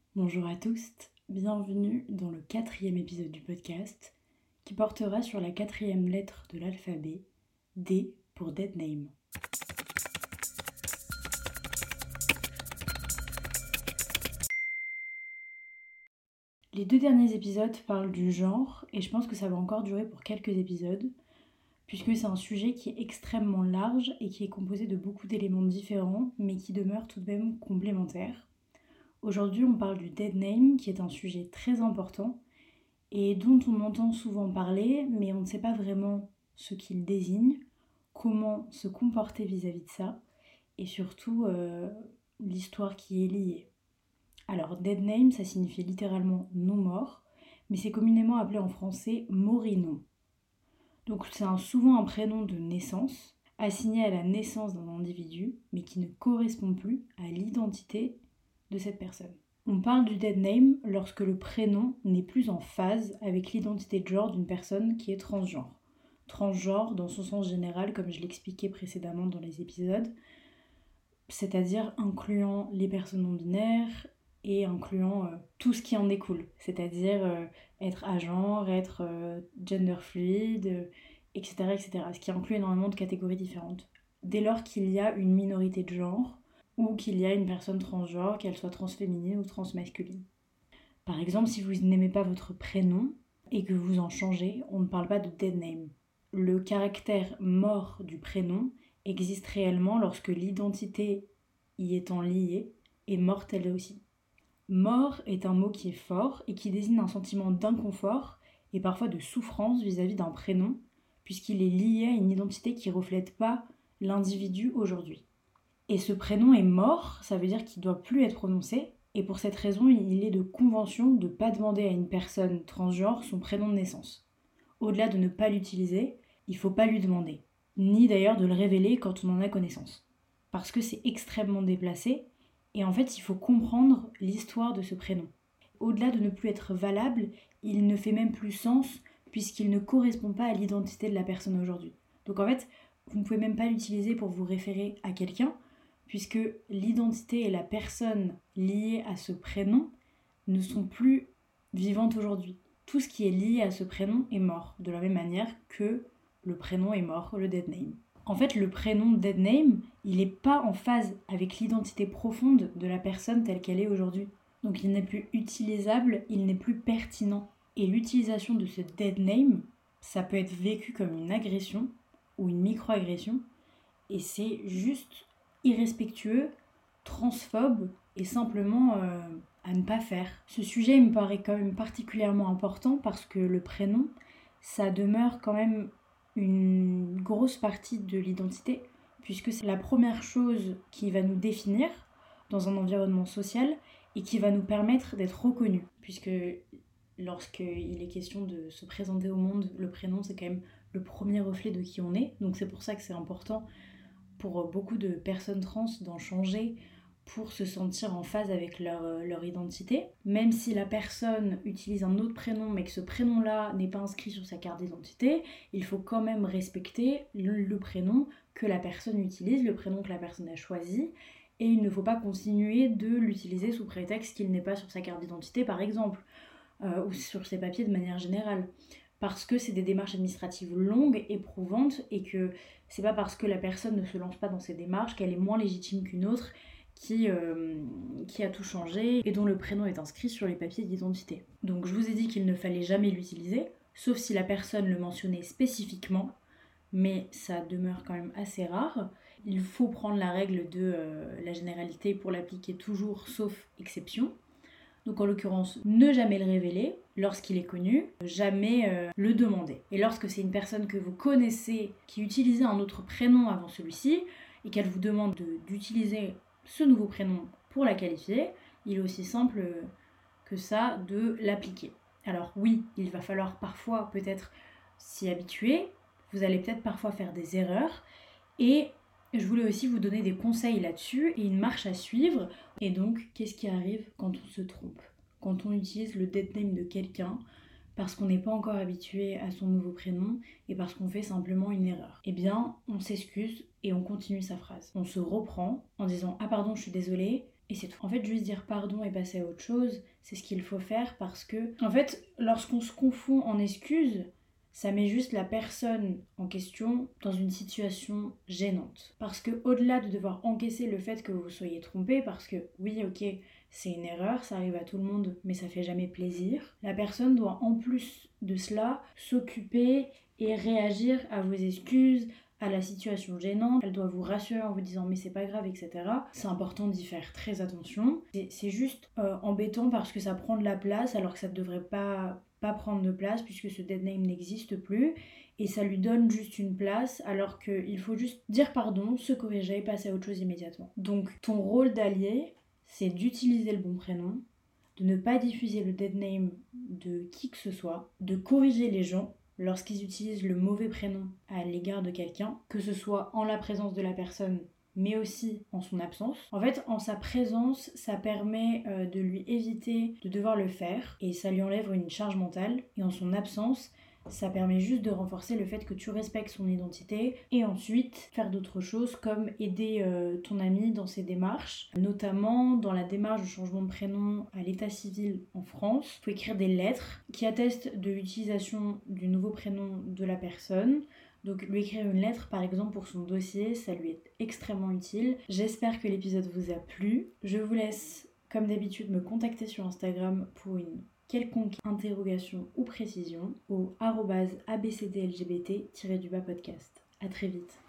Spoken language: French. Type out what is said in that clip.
Bonjour à tous, bienvenue dans le 4e épisode du podcast qui portera sur la 4e lettre de l'alphabet, D pour Dead Name. Les 2 derniers épisodes parlent du genre et je pense que ça va encore durer pour quelques épisodes puisque c'est un sujet qui est extrêmement large et qui est composé de beaucoup d'éléments différents mais qui demeurent tout de même complémentaires. Aujourd'hui on parle du Dead Name qui est un sujet très important et dont on entend souvent parler, mais on ne sait pas vraiment ce qu'il désigne, comment se comporter vis-à-vis de ça, et surtout l'histoire qui est liée. Alors, dead name, ça signifie littéralement non mort, mais c'est communément appelé en français morinon. Donc c'est souvent un prénom de naissance, assigné à la naissance d'un individu, mais qui ne correspond plus à l'identité de cette personne. On parle du dead name lorsque le prénom n'est plus en phase avec l'identité de genre d'une personne qui est transgenre. Transgenre dans son sens général, comme je l'expliquais précédemment dans les épisodes, c'est-à-dire incluant les personnes non binaires et incluant tout ce qui en découle, c'est-à-dire être agenre, être gender fluide, etc., etc., ce qui inclut énormément de catégories différentes. Dès lors qu'il y a une minorité de genre, ou qu'il y a une personne transgenre, qu'elle soit transféminine ou transmasculine. Par exemple, si vous n'aimez pas votre prénom et que vous en changez, on ne parle pas de dead name. Le caractère mort du prénom existe réellement lorsque l'identité y étant liée est morte elle aussi. Mort est un mot qui est fort et qui désigne un sentiment d'inconfort et parfois de souffrance vis-à-vis d'un prénom, puisqu'il est lié à une identité qui ne reflète pas l'individu aujourd'hui. Et ce prénom est mort, ça veut dire qu'il ne doit plus être prononcé. Et pour cette raison, il est de convention de ne pas demander à une personne transgenre son prénom de naissance. Au-delà de ne pas l'utiliser, il ne faut pas lui demander. Ni d'ailleurs de le révéler quand on en a connaissance. Parce que c'est extrêmement déplacé. Et en fait, il faut comprendre l'histoire de ce prénom. Au-delà de ne plus être valable, il ne fait même plus sens puisqu'il ne correspond pas à l'identité de la personne aujourd'hui. Donc en fait, vous ne pouvez même pas l'utiliser pour vous référer à quelqu'un, puisque l'identité et la personne liée à ce prénom ne sont plus vivantes aujourd'hui. Tout ce qui est lié à ce prénom est mort, de la même manière que le prénom est mort, le dead name. En fait, le prénom dead name, il n'est pas en phase avec l'identité profonde de la personne telle qu'elle est aujourd'hui. Donc il n'est plus utilisable, il n'est plus pertinent. Et l'utilisation de ce dead name, ça peut être vécu comme une agression ou une microagression, et c'est juste irrespectueux, transphobe et simplement à ne pas faire. Ce sujet me paraît quand même particulièrement important parce que le prénom, ça demeure quand même une grosse partie de l'identité puisque c'est la première chose qui va nous définir dans un environnement social et qui va nous permettre d'être reconnus puisque lorsqu'il est question de se présenter au monde, le prénom c'est quand même le premier reflet de qui on est, donc c'est pour ça que c'est important pour beaucoup de personnes trans d'en changer pour se sentir en phase avec leur identité. Même si la personne utilise un autre prénom mais que ce prénom-là n'est pas inscrit sur sa carte d'identité, il faut quand même respecter le prénom que la personne utilise, le prénom que la personne a choisi, et il ne faut pas continuer de l'utiliser sous prétexte qu'il n'est pas sur sa carte d'identité par exemple, ou sur ses papiers de manière générale. Parce que c'est des démarches administratives longues, éprouvantes, et que c'est pas parce que la personne ne se lance pas dans ces démarches qu'elle est moins légitime qu'une autre qui a tout changé et dont le prénom est inscrit sur les papiers d'identité. Donc je vous ai dit qu'il ne fallait jamais l'utiliser, sauf si la personne le mentionnait spécifiquement, mais ça demeure quand même assez rare. Il faut prendre la règle de la généralité pour l'appliquer toujours, sauf exception. Donc en l'occurrence, ne jamais le révéler lorsqu'il est connu, jamais le demander. Et lorsque c'est une personne que vous connaissez qui utilisait un autre prénom avant celui-ci et qu'elle vous demande d'utiliser ce nouveau prénom pour la qualifier, il est aussi simple que ça de l'appliquer. Alors oui, il va falloir parfois peut-être s'y habituer, vous allez peut-être parfois faire des erreurs et je voulais aussi vous donner des conseils là-dessus et une marche à suivre. Et donc, qu'est-ce qui arrive quand on se trompe? Quand on utilise le dead name de quelqu'un parce qu'on n'est pas encore habitué à son nouveau prénom et parce qu'on fait simplement une erreur. Eh bien, on s'excuse et on continue sa phrase. On se reprend en disant « Ah pardon, je suis désolée, Et c'est tout. En fait, juste dire pardon et passer à autre chose, c'est ce qu'il faut faire parce que, en fait, lorsqu'on se confond en excuses, ça met juste la personne en question dans une situation gênante. Parce que au-delà de devoir encaisser le fait que vous soyez trompé, parce que oui, ok, c'est une erreur, ça arrive à tout le monde, mais ça fait jamais plaisir, la personne doit en plus de cela s'occuper et réagir à vos excuses, à la situation gênante, elle doit vous rassurer en vous disant mais c'est pas grave, etc. C'est important d'y faire très attention. C'est juste embêtant parce que ça prend de la place alors que ça ne devrait pas prendre de place puisque ce dead name n'existe plus et ça lui donne juste une place alors qu'il faut juste dire pardon, se corriger et passer à autre chose immédiatement. Donc ton rôle d'allié, c'est d'utiliser le bon prénom, de ne pas diffuser le dead name de qui que ce soit, de corriger les gens lorsqu'ils utilisent le mauvais prénom à l'égard de quelqu'un, que ce soit en la présence de la personne mais aussi en son absence. En fait, en sa présence, ça permet de lui éviter de devoir le faire et ça lui enlève une charge mentale. Et en son absence, ça permet juste de renforcer le fait que tu respectes son identité et ensuite faire d'autres choses comme aider ton ami dans ses démarches, notamment dans la démarche de changement de prénom à l'état civil en France. Il faut écrire des lettres qui attestent de l'utilisation du nouveau prénom de la personne. Donc lui écrire une lettre par exemple pour son dossier, ça lui est extrêmement utile. J'espère que l'épisode vous a plu. Je vous laisse comme d'habitude me contacter sur Instagram pour une quelconque interrogation ou précision au @abcdlgbt-podcast. À très vite.